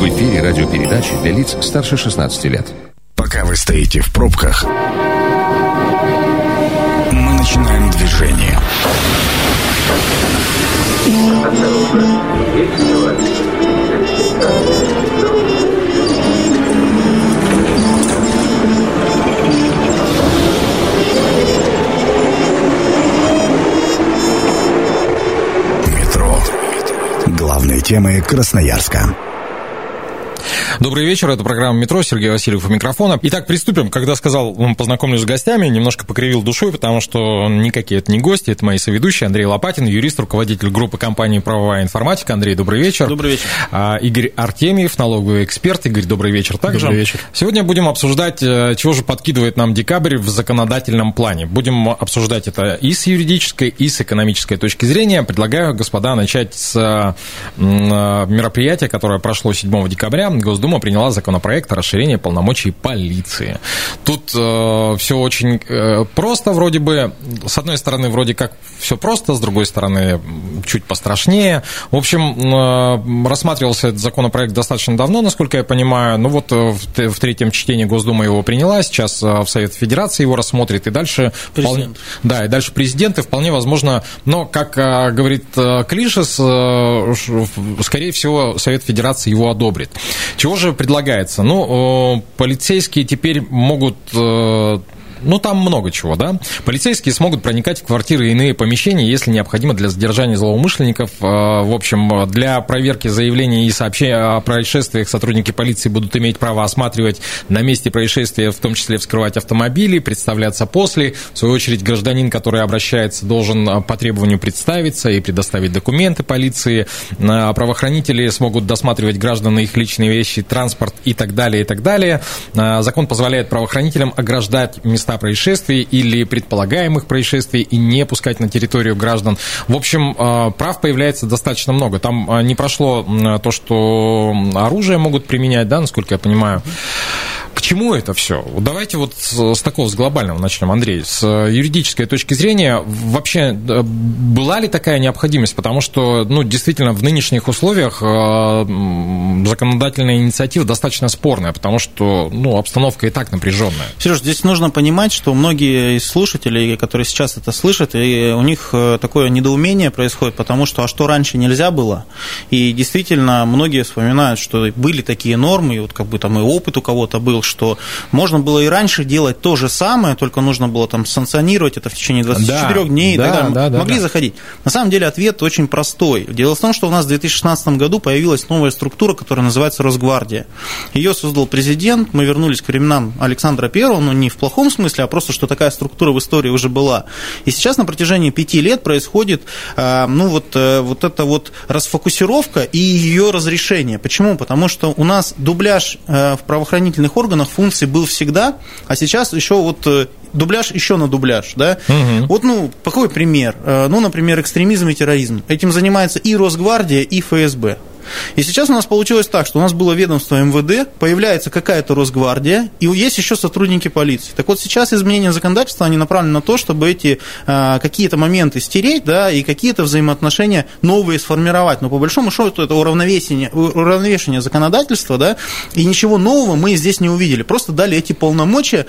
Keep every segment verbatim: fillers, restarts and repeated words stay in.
В эфире радиопередачи для лиц старше шестнадцати лет. Пока вы стоите в пробках, мы начинаем движение. Метро. Главные темы Красноярска. Добрый вечер, это программа «Метро», Сергей Васильев у микрофона. Итак, приступим. Когда сказал, познакомлюсь с гостями, немножко покривил душой, потому что никакие это не гости, это мои соведущие. Андрей Лопатин, юрист, руководитель группы компании «Правовая информатика». Андрей, добрый вечер. Добрый вечер. Игорь Артемьев, налоговый эксперт. Игорь, добрый вечер также. Добрый вечер. Сегодня будем обсуждать, чего же подкидывает нам декабрь в законодательном плане. Будем обсуждать это и с юридической, и с экономической точки зрения. Предлагаю, господа, начать с мероприятия, которое прошло седьмого декабря. Госдума приняла законопроект о расширении полномочий полиции. Тут э, все очень э, просто вроде бы. С одной стороны, вроде как все просто, с другой стороны, чуть пострашнее. В общем, э, рассматривался этот законопроект достаточно давно, насколько я понимаю. Ну вот в, в третьем чтении Госдума его приняла, сейчас в Совет Федерации его рассмотрит, и дальше... Вполне, да, и дальше президент, и вполне возможно, но, как э, говорит э, Клишес, э, скорее всего, Совет Федерации его одобрит. Чего же предлагается? Ну, полицейские теперь могут... Ну, там много чего, да. Полицейские смогут проникать в квартиры и иные помещения, если необходимо для задержания злоумышленников. В общем, для проверки заявлений и сообщений о происшествиях сотрудники полиции будут иметь право осматривать на месте происшествия, в том числе вскрывать автомобили, представляться после. В свою очередь, гражданин, который обращается, должен по требованию представиться и предоставить документы полиции. Правоохранители смогут досматривать граждан, их личные вещи, транспорт и так далее, и так далее. Закон позволяет правоохранителям ограждать места происшествий или предполагаемых происшествий и не пускать на территорию граждан. В общем, прав появляется достаточно много. Там не прошло то, что оружие могут применять, да, насколько я понимаю. К чему это все? Давайте вот с такого, с глобального начнем, Андрей. С юридической точки зрения, вообще была ли такая необходимость? Потому что, ну, действительно, в нынешних условиях законодательная инициатива достаточно спорная, потому что, ну, обстановка и так напряженная. Сереж, здесь нужно понимать, что многие из слушателей, которые сейчас это слышат, и у них такое недоумение происходит, потому что, а что раньше нельзя было? И действительно, многие вспоминают, что были такие нормы, и вот как бы там и опыт у кого-то был, что можно было и раньше делать то же самое, только нужно было там санкционировать это в течение двадцати четырёх да, дней и да, так далее. Да, да, могли да. заходить. На самом деле ответ очень простой. Дело в том, что у нас в две тысячи шестнадцатом году появилась новая структура, которая называется Росгвардия. Ее создал президент, мы вернулись к временам Александра Первого, но не в плохом смысле, а просто, что такая структура в истории уже была. И сейчас на протяжении пяти лет происходит ну, вот, вот эта вот расфокусировка и ее разрешение. Почему? Потому что у нас дубляж в правоохранительных органах функций был всегда, а сейчас еще вот дубляж еще на дубляж, да? Угу. Вот, ну, какой пример? Ну, например, экстремизм и терроризм. Этим занимается и Росгвардия, и эф эс бэ. И сейчас у нас получилось так, что у нас было ведомство эм вэ дэ, появляется какая-то Росгвардия, и есть еще сотрудники полиции. Так вот, сейчас изменения законодательства, они направлены на то, чтобы эти а, какие-то моменты стереть, да, и какие-то взаимоотношения новые сформировать. Но по большому счету это уравновесение, уравновешение законодательства, да, и ничего нового мы здесь не увидели. Просто дали эти полномочия.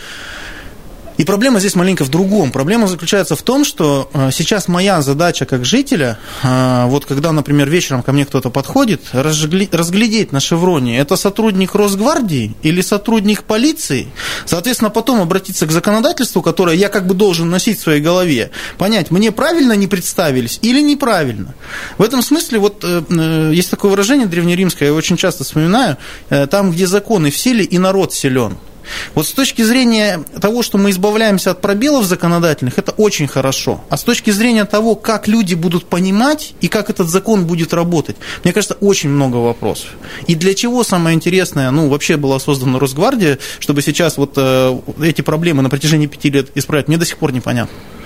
И проблема здесь маленько в другом. Проблема заключается в том, что сейчас моя задача как жителя, вот когда, например, вечером ко мне кто-то подходит, разглядеть на шевроне, это сотрудник Росгвардии или сотрудник полиции, соответственно, потом обратиться к законодательству, которое я как бы должен носить в своей голове, понять, мне правильно не представились или неправильно. В этом смысле вот есть такое выражение древнеримское, я его очень часто вспоминаю, там, где законы в силе и народ силен. Вот с точки зрения того, что мы избавляемся от пробелов законодательных, это очень хорошо. А с точки зрения того, как люди будут понимать и как этот закон будет работать, мне кажется, очень много вопросов. И для чего, самое интересное, ну, вообще была создана Росгвардия, чтобы сейчас вот э, эти проблемы на протяжении пяти лет исправить, мне до сих пор непонятно.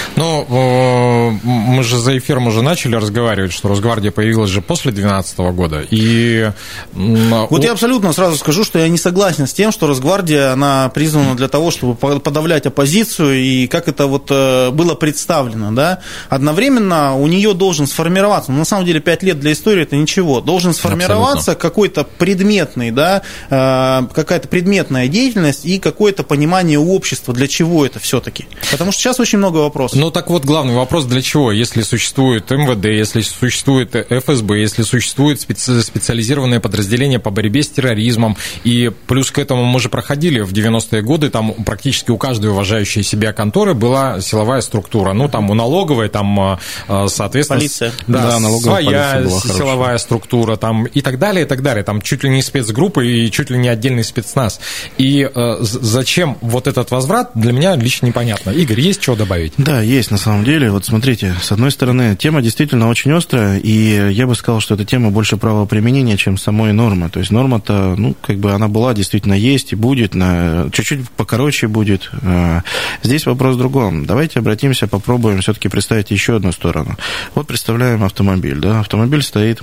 Ну, мы же за эфиром уже начали разговаривать, что Росгвардия появилась же после две тысячи двенадцатого года. И... Вот я абсолютно сразу скажу, что я не согласен с тем, что Росгвардия, она призвана для того, чтобы подавлять оппозицию, и как это вот было представлено, да. Одновременно у нее должен сформироваться, ну, на самом деле пять лет для истории это ничего, должен сформироваться абсолютно какой-то предметный, да, какая-то предметная деятельность и какое-то понимание общества, для чего это все-таки. Потому что сейчас очень много вопросов. Ну, так вот, главный вопрос, для чего? Если существует эм вэ дэ, если существует эф эс бэ, если существует специ- специализированное подразделение по борьбе с терроризмом, и плюс к этому мы же проходили в девяностые годы, там практически у каждой уважающей себя конторы была силовая структура. Ну, там у налоговой, там, соответственно... Полиция. Да, да, налоговая своя силовая структура, там, и так далее, и так далее. Там чуть ли не спецгруппы и чуть ли не отдельный спецназ. И э, зачем вот этот возврат, для меня лично непонятно. Игорь, есть что добавить? Да, есть на самом деле. Вот смотрите, с одной стороны, тема действительно очень острая, и я бы сказал, что эта тема больше правоприменения, чем самой нормы. То есть норма-то, ну, как бы она была, действительно есть и будет, на... чуть-чуть покороче будет. Здесь вопрос в другом. Давайте обратимся, попробуем все-таки представить еще одну сторону. Вот представляем автомобиль, да, автомобиль стоит,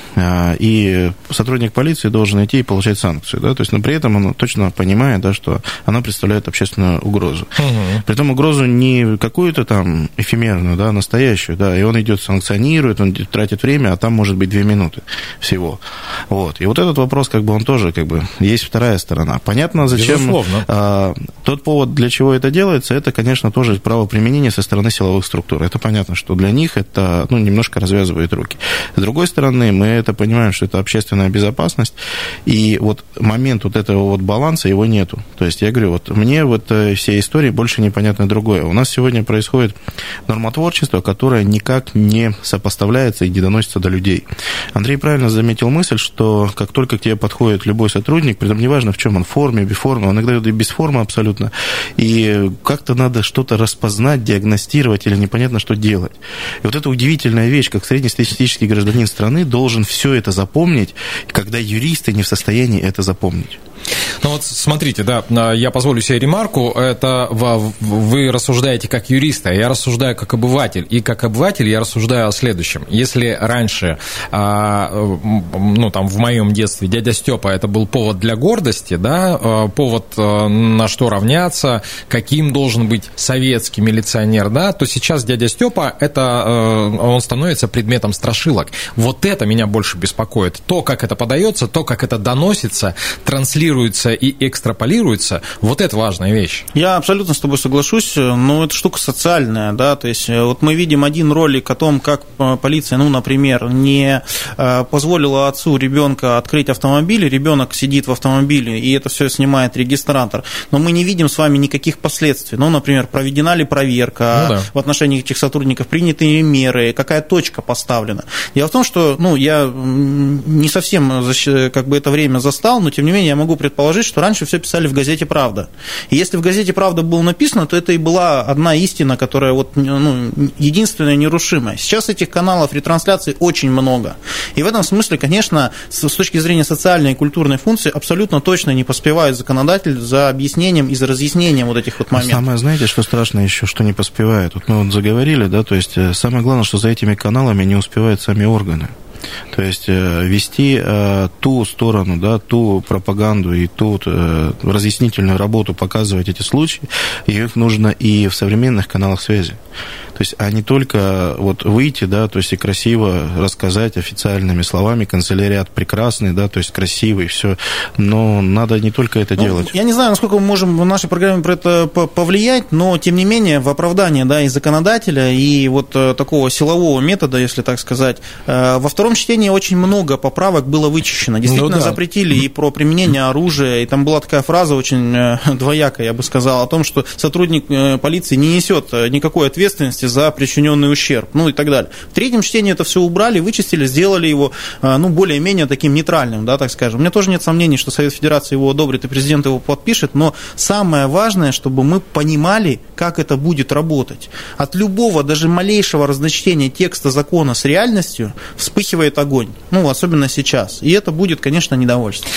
и сотрудник полиции должен идти и получать санкцию, да, то есть, но при этом он точно понимает, да, что она представляет общественную угрозу. Угу. Притом угрозу не какую-то там эфемерную, да, настоящую, да, и он идет, санкционирует, он тратит время, а там может быть две минуты всего. Вот. И вот этот вопрос, как бы, он тоже, как бы, есть вторая сторона. Понятно, зачем... А, тот повод, для чего это делается, это, конечно, тоже правоприменение со стороны силовых структур. Это понятно, что для них это, ну, немножко развязывает руки. С другой стороны, мы это понимаем, что это общественная безопасность, и вот момент вот этого вот баланса, его нету. То есть я говорю, вот мне вот всей истории больше непонятно другое. У нас сегодня происходит нормотворчество, которое никак не сопоставляется и не доносится до людей. Андрей правильно заметил мысль, что как только к тебе подходит любой сотрудник, притом неважно в чем он, в форме, без формы, он иногда и без формы абсолютно, и как-то надо что-то распознать, диагностировать или непонятно что делать. И вот эта удивительная вещь, как среднестатистический гражданин страны должен все это запомнить, когда юристы не в состоянии это запомнить. Ну вот смотрите, да, я позволю себе ремарку, это вы рассуждаете как юрист, а я рассуждаю как обыватель, и как обыватель я рассуждаю о следующем. Если раньше, ну там в моем детстве дядя Степа это был повод для гордости, да, повод на что равняться, каким должен быть советский милиционер, да, то сейчас дядя Степа это он становится предметом страшилок. Вот это меня больше беспокоит. То, как это подается, то, как это доносится, транслируется и экстраполируется, вот это важная вещь. Я абсолютно с тобой соглашусь, но это штука социальная, да, то есть вот мы видим один ролик о том, как полиция, ну, например, не позволила отцу ребенка открыть автомобиль, ребенок сидит в автомобиле, и это все снимает регистратор, но мы не видим с вами никаких последствий, ну, например, проведена ли проверка, ну, да, в отношении этих сотрудников, приняты ли меры, какая точка поставлена. Дело в том, что, ну, я не совсем как бы это время застал, но тем не менее я могу предположить, что раньше все писали в газете «Правда». И если в газете «Правда» было написано, то это и была одна истина, которая вот, ну, единственная нерушимая. Сейчас этих каналов ретрансляции очень много. И в этом смысле, конечно, с точки зрения социальной и культурной функции абсолютно точно не поспевает законодатель за объяснением и за разъяснением вот этих вот моментов. Самое, знаете, что страшно еще, что не поспевает? Вот мы вот заговорили, да, то есть самое главное, что за этими каналами не успевают сами органы. То есть вести э, ту сторону, да, ту пропаганду и ту э, разъяснительную работу, показывать эти случаи, их нужно и в современных каналах связи. То есть, а не только вот выйти, да, то есть и красиво рассказать официальными словами, канцеляриат прекрасный, да, то есть красивый, все, но надо не только это ну, делать. Я не знаю, насколько мы можем в нашей программе про это повлиять, но, тем не менее, в оправдание, да, и законодателя, и вот такого силового метода, если так сказать, во втором чтении очень много поправок было вычищено. Действительно, ну, да, запретили и про применение оружия, и там была такая фраза очень двоякая, я бы сказал, о том, что сотрудник полиции не несет никакой ответственности за причиненный ущерб, ну и так далее. В третьем чтении это все убрали, вычистили, сделали его, ну, более-менее таким нейтральным, да, так скажем. У меня тоже нет сомнений, что Совет Федерации его одобрит и президент его подпишет, но самое важное, чтобы мы понимали, как это будет работать. От любого, даже малейшего разночтения текста закона с реальностью вспыхивает огонь, ну, особенно сейчас. И это будет, конечно, недовольство.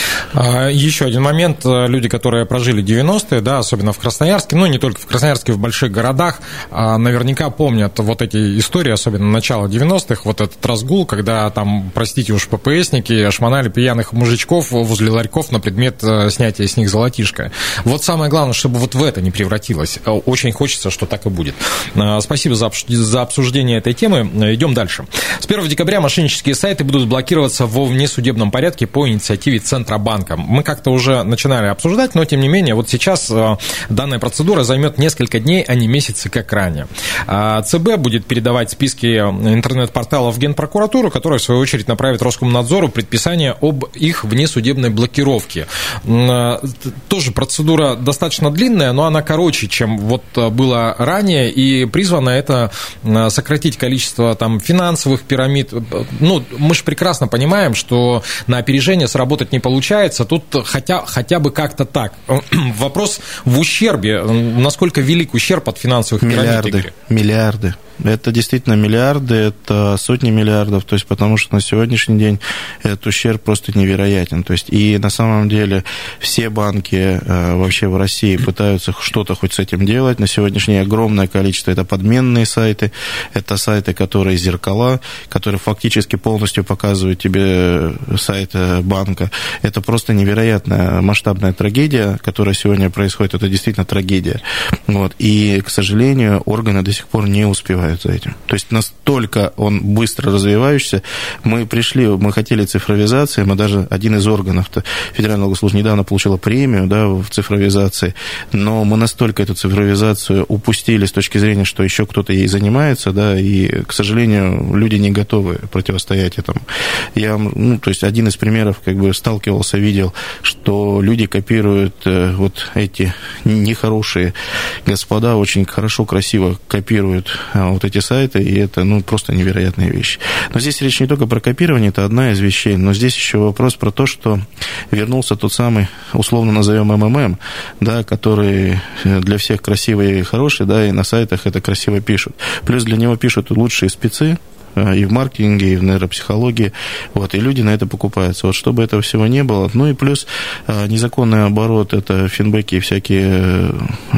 Еще один момент. Люди, которые прожили девяностые, да, особенно в Красноярске, ну, не только в Красноярске, в больших городах, наверняка помнят вот эти истории, особенно начала девяностых, вот этот разгул, когда там, простите уж, ППСники шмонали пьяных мужичков возле ларьков на предмет снятия с них золотишка. Вот самое главное, чтобы вот в это не превратилось. Очень хочется, что так и будет. Спасибо за обсуждение этой темы. Идем дальше. С первого декабря мошеннические сайты будут блокироваться во внесудебном порядке по инициативе Центробанка. Мы как-то уже начинали обсуждать, но тем не менее, вот сейчас данная процедура займет несколько дней, а не месяцы, как ранее. ЦБ будет передавать списки интернет-порталов в Генпрокуратуру, которая, в свою очередь, направит Роскомнадзору предписание об их внесудебной блокировке. Тоже процедура достаточно длинная, но она короче, чем вот было ранее, и призвана это сократить количество там финансовых пирамид. Ну, мы же прекрасно понимаем, что на опережение сработать не получается, тут хотя, хотя бы как-то так. Вопрос в ущербе, насколько велик ущерб от финансовых пирамид. Миллиарды, миллиарды. Это действительно миллиарды, это сотни миллиардов, то есть потому что на сегодняшний день этот ущерб просто невероятен. То есть и на самом деле все банки вообще в России пытаются что-то хоть с этим делать. На сегодняшний день огромное количество это подменные сайты, это сайты, которые зеркала, которые фактически полностью показывают тебе сайт банка. Это просто невероятная масштабная трагедия, которая сегодня происходит. Это действительно трагедия. Вот. И, к сожалению, органы до сих пор не успевают за этим. То есть настолько он быстро развивающийся. Мы пришли, мы хотели цифровизации, мы даже один из органов, Федеральная госслужба недавно получила премию, да, в цифровизации, но мы настолько эту цифровизацию упустили с точки зрения, что еще кто-то ей занимается, да, и, к сожалению, люди не готовы противостоять этому. Я, ну, то есть один из примеров, как бы сталкивался, видел, что люди копируют э, вот эти нехорошие господа, очень хорошо, красиво копируют вот эти сайты, и это, ну, просто невероятные вещи. Но здесь речь не только про копирование, это одна из вещей, но здесь еще вопрос про то, что вернулся тот самый, условно назовем эм эм эм, да, который для всех красивый и хороший, да, и на сайтах это красиво пишут. Плюс для него пишут лучшие спецы, и в маркетинге, и в нейропсихологии, вот, и люди на это покупаются. Вот, чтобы этого всего не было. Ну и плюс незаконный оборот, это финбеки и всякие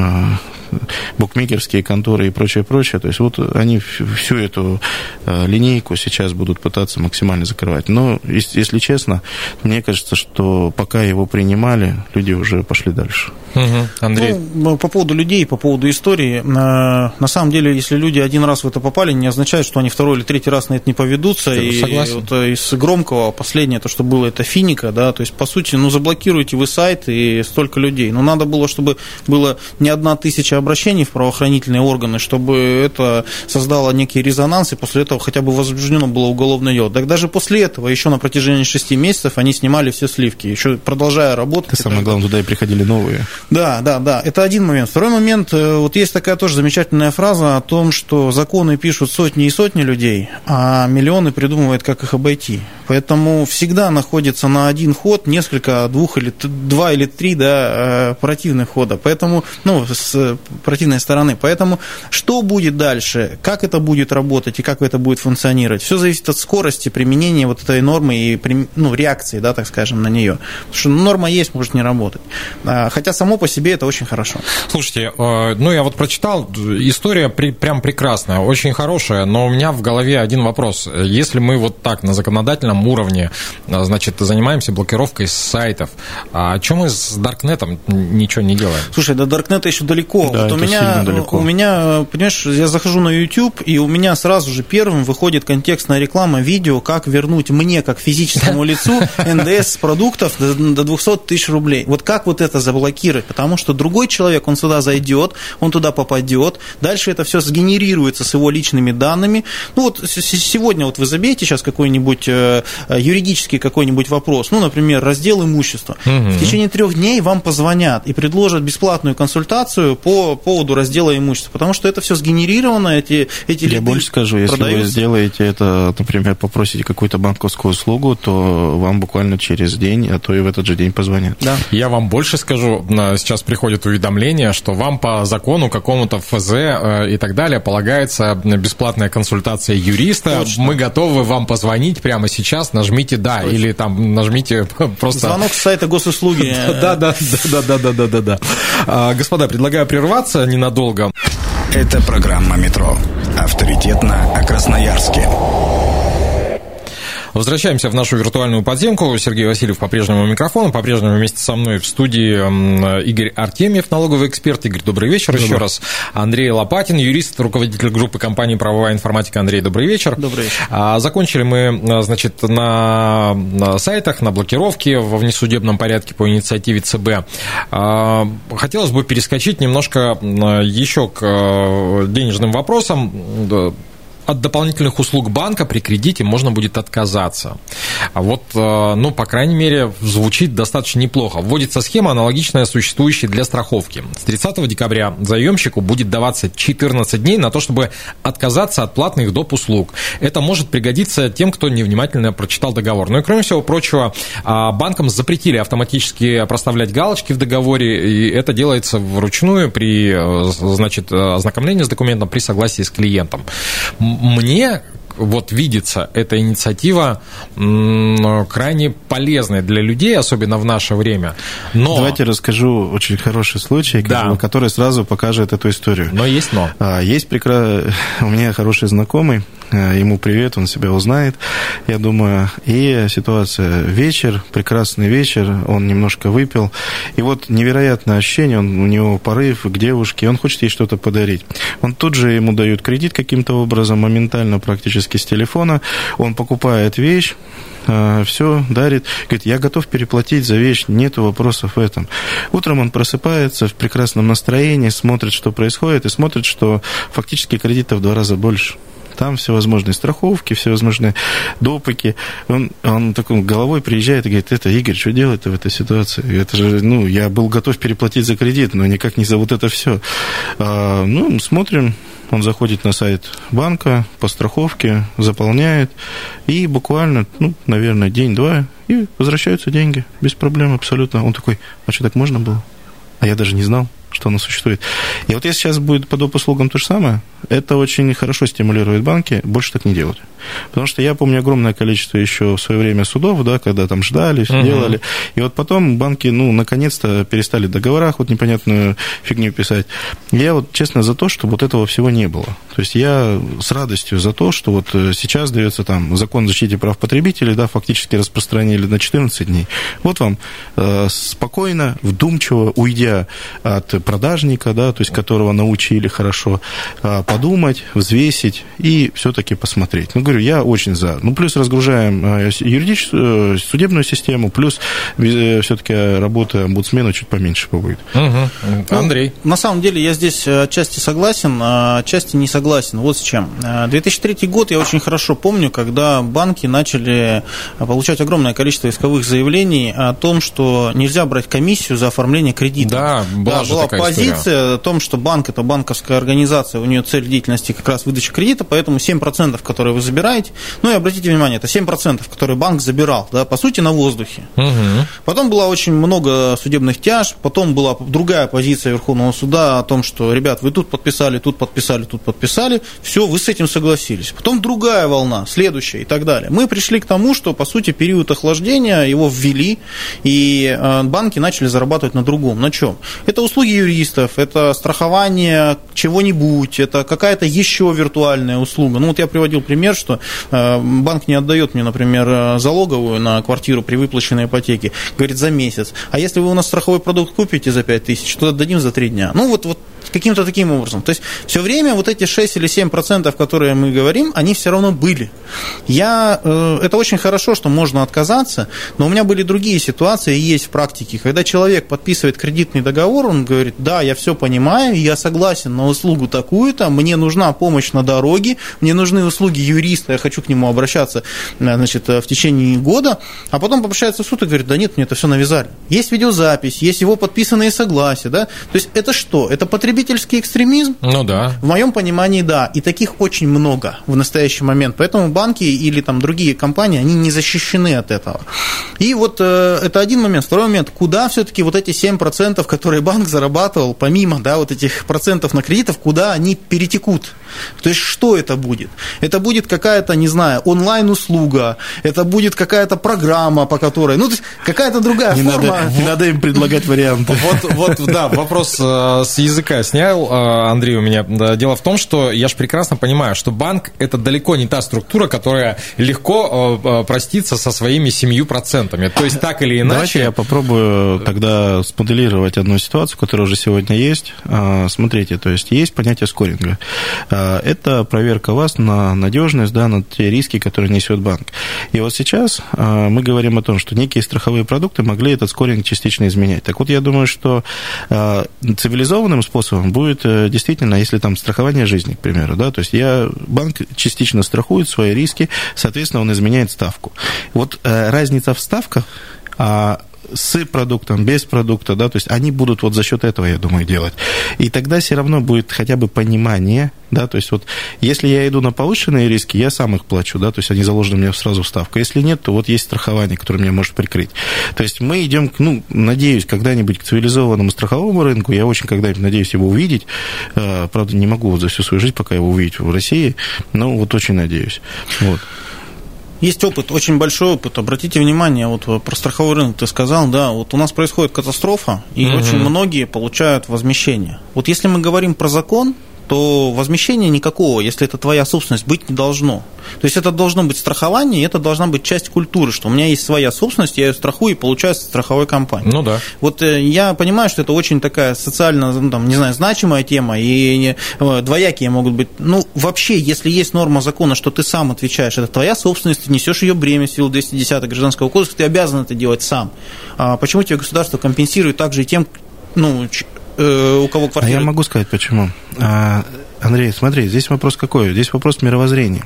букмекерские конторы и прочее, прочее. То есть вот они всю эту линейку сейчас будут пытаться максимально закрывать. Но, если честно, мне кажется, что пока его принимали, люди уже пошли дальше. Угу. Андрей? Ну, по поводу людей, по поводу истории, на самом деле, если люди один раз в это попали, не означает, что они второй или третий раз на это не поведутся. Ты и согласен? Вот из громкого последнее, то, что было, это Финика, да, то есть, по сути, ну, заблокируйте вы сайт и столько людей. Но надо было, чтобы было не одна тысяча обращений в правоохранительные органы, чтобы это создало некий резонанс, и после этого хотя бы возбуждено было уголовное дело. Так даже после этого, еще на протяжении шести месяцев, они снимали все сливки, еще продолжая работать. Это самое главное, туда и приходили новые. Да, да, да, это один момент. Второй момент, вот есть такая тоже замечательная фраза о том, что законы пишут сотни и сотни людей, а миллионы придумывают, как их обойти. Поэтому всегда находится на один ход несколько, двух или два или три, да, противных хода. Поэтому, ну, с противной стороны. Поэтому что будет дальше, как это будет работать и как это будет функционировать, все зависит от скорости применения вот этой нормы и, ну, реакции, да, так скажем, на нее. Потому что норма есть, может не работать. Хотя само по себе это очень хорошо. Слушайте, ну я вот прочитал, история при, прям прекрасная, очень хорошая, но у меня в голове один вопрос. Если мы вот так на законодательном уровне, значит, занимаемся блокировкой сайтов, а что мы с Даркнетом ничего не делаем? Слушай, до Даркнета еще далеко. Да, вот у меня, далеко. У меня, понимаешь, я захожу на YouTube, и у меня сразу же первым выходит контекстная реклама видео, как вернуть мне, как физическому лицу, эн дэ эс с продуктов до двухсот тысяч рублей. Вот как вот это заблокировать? Потому что другой человек, он сюда зайдет, он туда попадет, дальше это все сгенерируется с его личными данными. Ну вот сегодня вот вы забейте сейчас какой-нибудь юридический какой-нибудь вопрос, ну, например, раздел имущества. Угу. В течение трех дней вам позвонят и предложат бесплатную консультацию по поводу раздела имущества, потому что это все сгенерировано, эти, эти Я больше скажу, если продаются. Вы сделаете это, например, попросите какую-то банковскую услугу, то вам буквально через день, а то и в этот же день позвонят. Да. Я вам больше скажу, сейчас приходит уведомление, что вам по закону какому-то эф зэ и так далее полагается бесплатная консультация юриста. Точно. Мы готовы вам позвонить прямо сейчас, нажмите «да», точно. Или там нажмите просто... Звонок с сайта госуслуги. Да-да-да-да-да-да-да-да. Господа, предлагаю прерваться ненадолго. Это программа «Метро». Авторитетно о Красноярске. Возвращаемся в нашу виртуальную подземку. Сергей Васильев по-прежнему у микрофона. По-прежнему вместе со мной в студии Игорь Артемьев, налоговый эксперт. Игорь, добрый вечер добрый. Еще раз. Андрей Лопатин, юрист, руководитель группы компании «Правовая информатика». Андрей, добрый вечер. Добрый вечер. Закончили мы, значит, на сайтах, на блокировке во внесудебном порядке по инициативе ЦБ. Хотелось бы перескочить немножко еще к денежным вопросам. От дополнительных услуг банка при кредите можно будет отказаться. А вот, ну, по крайней мере, звучит достаточно неплохо. Вводится схема, аналогичная существующей для страховки. С тридцатого декабря заемщику будет даваться четырнадцать дней на то, чтобы отказаться от платных доп. Услуг. Это может пригодиться тем, кто невнимательно прочитал договор. Ну и, кроме всего прочего, банкам запретили автоматически проставлять галочки в договоре, и это делается вручную при, значит, ознакомлении с документом при согласии с клиентом. Мне вот видится эта инициатива крайне полезной для людей, особенно в наше время. Но... Давайте расскажу очень хороший случай, да. который сразу покажет эту историю. Но есть но. Есть прекрасный... У меня хороший знакомый, ему привет, он себя узнает, я думаю. И ситуация: вечер, прекрасный вечер, он немножко выпил, и вот невероятное ощущение, он, у него порыв к девушке, он хочет ей что-то подарить. Он тут же ему дают кредит каким-то образом, моментально, практически с телефона, он покупает вещь, все, дарит, говорит, я готов переплатить за вещь, нету вопросов в этом. Утром он просыпается в прекрасном настроении, смотрит, что происходит, и смотрит, что фактически кредитов в два раза больше. Там всевозможные страховки, всевозможные допыки. Он, он такой головой приезжает и говорит, это, Игорь, что делать-то в этой ситуации? Это же, ну, я был готов переплатить за кредит, но никак не за вот это все. А, ну, смотрим, он заходит на сайт банка по страховке, заполняет, и буквально, ну, наверное, день-два, и возвращаются деньги, без проблем абсолютно. Он такой, а что, так можно было? А я даже не знал, что оно существует. И вот если сейчас будет по доп. Услугам то же самое, это очень хорошо стимулирует банки больше так не делать. Потому что я помню огромное количество еще в свое время судов, да, когда там ждали, все uh-huh. делали. И вот потом банки, ну, наконец-то перестали в договорах вот непонятную фигню писать. Я вот честно за то, чтобы вот этого всего не было. То есть я с радостью за то, что вот сейчас дается там закон о защите прав потребителей, да, фактически распространили на четырнадцать дней. Вот вам э, спокойно, вдумчиво, уйдя от продажника, да, то есть которого научили хорошо, э, подумать, взвесить и все-таки посмотреть. Ну, говорю, я очень за. Ну, плюс разгружаем юридическую, судебную систему, плюс все-таки работа омбудсмена чуть поменьше будет. Угу. Андрей. Ну, на самом деле, я здесь отчасти согласен, а отчасти не согласен. Вот с чем. две тысячи третий год я очень хорошо помню, когда банки начали получать огромное количество исковых заявлений о том, что нельзя брать комиссию за оформление кредита. Да, была, да, же была такая позиция история. О том, что банк – это банковская организация, у нее цель деятельности как раз выдача кредита, поэтому семь процентов, которые вы забираете, ну и обратите внимание, это семь процентов, которые банк забирал, да, по сути, на воздухе. Угу. Потом было очень много судебных тяжб, потом была другая позиция Верховного суда о том, что, ребят, вы тут подписали, тут подписали, тут подписали, все, вы с этим согласились. Потом другая волна, следующая и так далее. Мы пришли к тому, что, по сути, период охлаждения его ввели, и банки начали зарабатывать на другом. На чем? Это услуги юристов, это страхование чего-нибудь, это какая-то еще виртуальная услуга. Ну, вот я приводил пример, что банк не отдает мне, например, залоговую на квартиру при выплаченной ипотеке, говорит, за месяц. А если вы у нас страховой продукт купите за пять тысяч, то отдадим за три дня. Ну, вот, вот каким-то таким образом. То есть все время вот эти шесть или семь процентов, которые мы говорим, они все равно были. Я, это очень хорошо, что можно отказаться, но у меня были другие ситуации, и есть в практике, когда человек подписывает кредитный договор, он говорит, да, я все понимаю, я согласен на услугу такую-то, мне нужна помощь на дороге, мне нужны услуги юриста, я хочу к нему обращаться, значит, в течение года, а потом обращается в суд и говорит, да нет, мне это все навязали. Есть видеозапись, есть его подписанные согласия, да, то есть это что? Это потребительский экстремизм? Ну да. В моем понимании, да, и таких очень много в настоящий момент, поэтому банки или там другие компании, они не защищены от этого. И вот э, это один момент. Второй момент, куда все-таки вот эти семь процентов, которые банк зарабатывал, помимо, да, вот этих процентов на кредит, кредитов, куда они перетекут. То есть, что это будет? Это будет какая-то, не знаю, онлайн-услуга, это будет какая-то программа, по которой... Ну, то есть, какая-то другая не форма. Надо, не надо им предлагать варианты. Вот, вот, да, вопрос с языка снял Андрей у меня. Дело в том, что я же прекрасно понимаю, что банк – это далеко не та структура, которая легко простится со своими семью процентами. То есть, так или иначе... Давайте я попробую тогда смоделировать одну ситуацию, которая уже сегодня есть. Смотрите, то есть, есть понятие скоринга. Это проверка вас на надежность, да, на те риски, которые несет банк. И вот сейчас мы говорим о том, что некие страховые продукты могли этот скоринг частично изменять. Так вот, я думаю, что цивилизованным способом будет действительно, если там страхование жизни, к примеру, да, то есть я, банк частично страхует свои риски, соответственно, он изменяет ставку. Вот разница в ставках с продуктом, без продукта, да, то есть они будут вот за счет этого, я думаю, делать. И тогда все равно будет хотя бы понимание, да, то есть вот если я иду на повышенные риски, я сам их плачу, да, то есть они заложены у меня сразу в ставку. Если нет, то вот есть страхование, которое меня может прикрыть. То есть мы идем, ну, надеюсь, когда-нибудь к цивилизованному страховому рынку, я очень когда-нибудь надеюсь его увидеть, правда, не могу вот за всю свою жизнь пока его увидеть в России, но вот очень надеюсь, вот. Есть опыт, очень большой опыт. Обратите внимание, вот про страховой рынок ты сказал, да, вот у нас происходит катастрофа, и угу. очень многие получают возмещение. Вот если мы говорим про закон, то возмещения никакого, если это твоя собственность, быть не должно. То есть это должно быть страхование, и это должна быть часть культуры, что у меня есть своя собственность, я ее страхую и получаю с страховой компании. Ну да. Вот я понимаю, что это очень такая социально, ну, там, не знаю, значимая тема, и двоякие могут быть. Ну, вообще, если есть норма закона, что ты сам отвечаешь, это твоя собственность, ты несешь ее бремя в силу двести десятого Гражданского кодекса, ты обязан это делать сам. А почему тебе государство компенсирует также и тем, ну, у кого квартира? А я могу сказать, почему. Андрей, смотри, здесь вопрос какой? Здесь вопрос мировоззрения.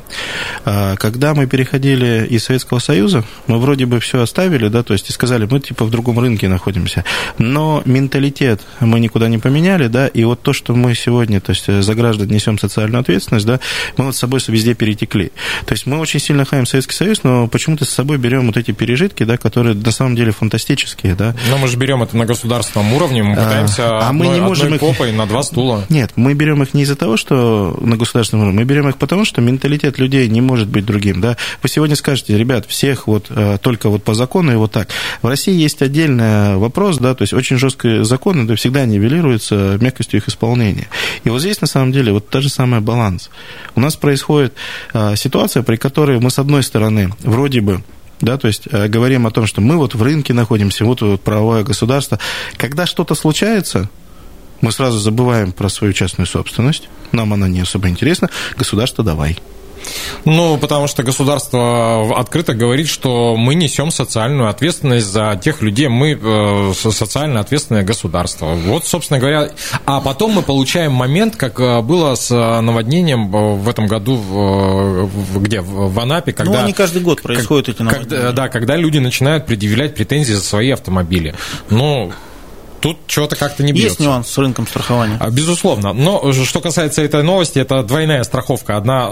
Когда мы переходили из Советского Союза, мы вроде бы все оставили, да, то есть и сказали, мы типа в другом рынке находимся, но менталитет мы никуда не поменяли, да, и вот то, что мы сегодня, то есть за граждан несем социальную ответственность, да, мы вот с собой везде перетекли. То есть мы очень сильно хаем Советский Союз, но почему-то с собой берем вот эти пережитки, да, которые на самом деле фантастические, да. Но мы же берем это на государственном уровне, мы пытаемся а, одной, мы не можем одной их... попой на два стула. Нет, мы берем их не из-за того, что что на государственном уровне, мы берем их потому, что менталитет людей не может быть другим. Да? Вы сегодня скажете, ребят, всех вот только вот по закону и вот так. В России есть отдельный вопрос, да, то есть очень жесткие законы, да, всегда нивелируются мягкостью их исполнения. И вот здесь, на самом деле, вот та же самая баланс. У нас происходит ситуация, при которой мы, с одной стороны, вроде бы, да, то есть говорим о том, что мы вот в рынке находимся, вот, вот правовое государство. Когда что-то случается, мы сразу забываем про свою частную собственность, нам она не особо интересна, государство давай. Ну, потому что государство открыто говорит, что мы несем социальную ответственность за тех людей, мы э, социально ответственное государство. Вот, собственно говоря, а потом мы получаем момент, как было с наводнением в этом году, в, в, где, в Анапе, когда... Ну, они каждый год происходят, как, эти наводнения. Когда, да, когда люди начинают предъявлять претензии за свои автомобили. Ну... Тут чего-то как-то не бьется. Есть нюанс с рынком страхования? Безусловно. Но что касается этой новости, это двойная страховка. Одна,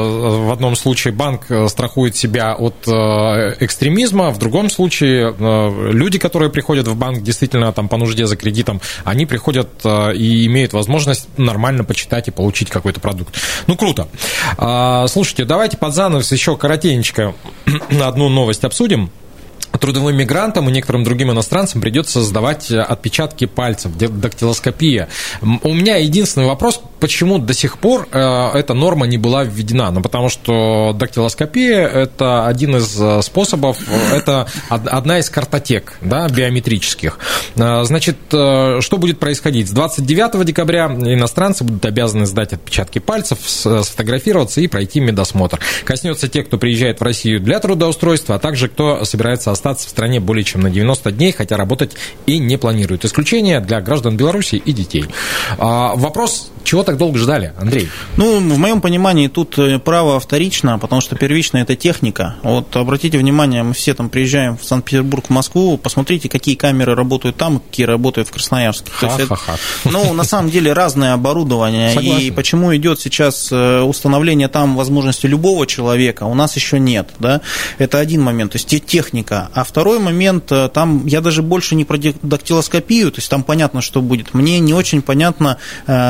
в одном случае банк страхует себя от экстремизма, в другом случае люди, которые приходят в банк действительно там по нужде за кредитом, они приходят и имеют возможность нормально почитать и получить какой-то продукт. Ну, круто. Слушайте, давайте под занавес еще коротенько одну новость обсудим. Трудовым мигрантам и некоторым другим иностранцам придется сдавать отпечатки пальцев, дактилоскопия. У меня единственный вопрос, почему до сих пор эта норма не была введена? Ну, потому что дактилоскопия – это один из способов, это одна из картотек, да, биометрических. Значит, что будет происходить? С двадцать девятого декабря иностранцы будут обязаны сдать отпечатки пальцев, сфотографироваться и пройти медосмотр. Коснется тех, кто приезжает в Россию для трудоустройства, а также кто собирается остаться в стране более чем на девяносто дней, хотя работать и не планирует. Исключение для граждан Беларуси и детей. А, вопрос, чего так долго ждали, Андрей? Ну, в моем понимании, тут право вторично, потому что первично – это техника. Вот обратите внимание, мы все там приезжаем в Санкт-Петербург, в Москву, посмотрите, какие камеры работают там, какие работают в Красноярске. Ха-ха-ха. Ну, на самом деле, разное оборудование. Согласен. И почему идет сейчас установление там возможности любого человека, у нас еще нет. Да? Это один момент, то есть техника. А второй момент, там я даже больше не про дактилоскопию, то есть там понятно, что будет. Мне не очень понятно, что касается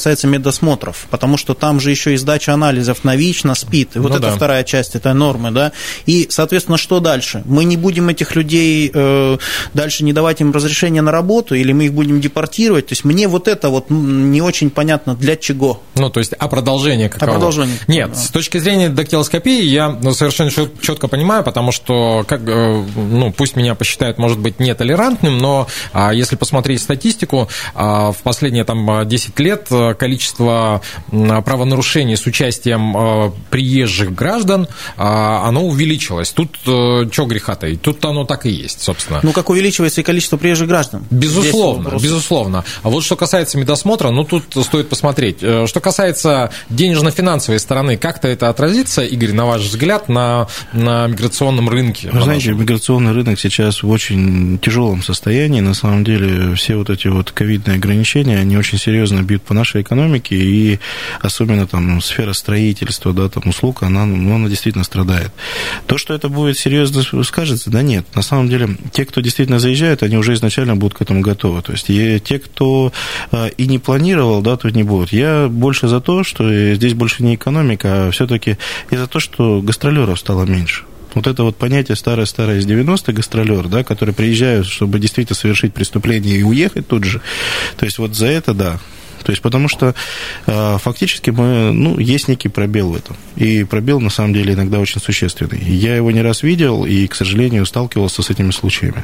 касается медосмотров, потому что там же еще и сдача анализов на ВИЧ, на СПИД, и вот ну, это да. вторая часть этой нормы, да, и, соответственно, что дальше? Мы не будем этих людей э, дальше не давать им разрешение на работу, или мы их будем депортировать, то есть мне вот это вот не очень понятно, для чего. Ну, то есть, а продолжение каково? А продолжение. Нет, да. С точки зрения дактилоскопии я ну, совершенно четко понимаю, потому что, как, ну, пусть меня посчитают, может быть, нетолерантным, но а, если посмотреть статистику, а, в последние там десять лет количество правонарушений с участием а, приезжих граждан, а, оно увеличилось. Тут а, что греха-то? Тут оно так и есть, собственно. Ну, как увеличивается и количество приезжих граждан? Безусловно, безусловно. А вот что касается медосмотра, ну, тут стоит посмотреть. Что касается денежно-финансовой стороны, как-то это отразится, Игорь, на ваш взгляд, на, на миграционном рынке? Вы знаете, миграционный рынок сейчас в очень тяжелом состоянии. На самом деле, все вот эти вот ковидные ограничения, они очень серьезно бьют по нашей экономике, и особенно там сфера строительства, да, там услуг, она, ну, она действительно страдает. То, что это будет серьезно скажется, да нет. На самом деле, те, кто действительно заезжают, они уже изначально будут к этому готовы. То есть, те, кто и не планировал, да, то не будут. Я больше за то, что здесь больше не экономика, а все-таки и за то, что гастролеров стало меньше. Вот это вот понятие старое-старое из девяностых, гастролер, да, которые приезжают, чтобы действительно совершить преступление и уехать тут же. То есть вот за это, да. То есть, потому что э, фактически мы, ну, есть некий пробел в этом. И пробел, на самом деле, иногда очень существенный. Я его не раз видел и, к сожалению, сталкивался с этими случаями.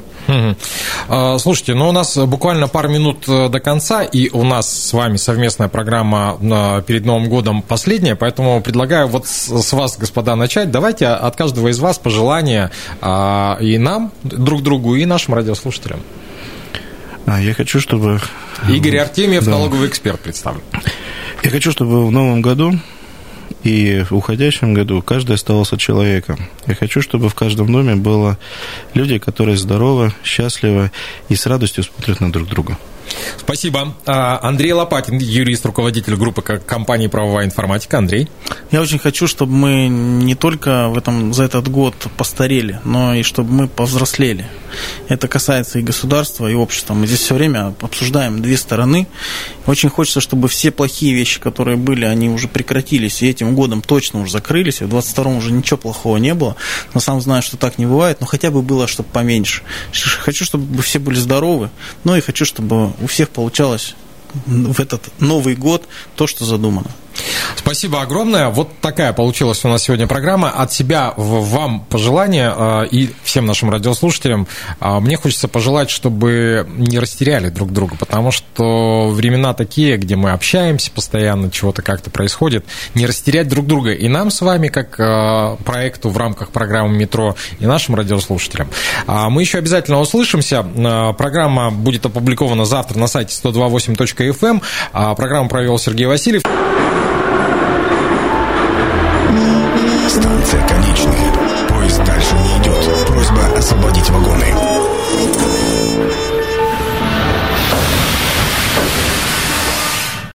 Угу. Слушайте, ну, у нас буквально пару минут до конца, и у нас с вами совместная программа перед Новым годом последняя, поэтому предлагаю вот с вас, господа, начать. Давайте от каждого из вас пожелания и нам, друг другу, и нашим радиослушателям. А, я хочу, чтобы... Игорь Артемьев, да. налоговый эксперт, представлен. Я хочу, чтобы в новом году и в уходящем году каждый оставался человеком. Я хочу, чтобы в каждом доме было люди, которые здоровы, счастливы и с радостью смотрят на друг друга. Спасибо. Андрей Лопатин, юрист, руководитель группы компании «Правовая информатика». Андрей. Я очень хочу, чтобы мы не только в этом, за этот год постарели, но и чтобы мы повзрослели. Это касается и государства, и общества. Мы здесь все время обсуждаем две стороны. Очень хочется, чтобы все плохие вещи, которые были, они уже прекратились, и этим годом точно уже закрылись, и в двадцать втором уже ничего плохого не было. Но сам знаю, что так не бывает, но хотя бы было, чтобы поменьше. Хочу, чтобы все были здоровы, но и хочу, чтобы у всех получалось в этот Новый год то, что задумано. Спасибо огромное. Вот такая получилась у нас сегодня программа. От себя вам пожелания и всем нашим радиослушателям. Мне хочется пожелать, чтобы не растеряли друг друга, потому что времена такие, где мы общаемся постоянно, чего-то как-то происходит. Не растерять друг друга и нам с вами, как проекту в рамках программы «Метро», и нашим радиослушателям. Мы еще обязательно услышимся. Программа будет опубликована завтра на сайте сто два восемь точка эф эм. Программу провел Сергей Васильев. Станция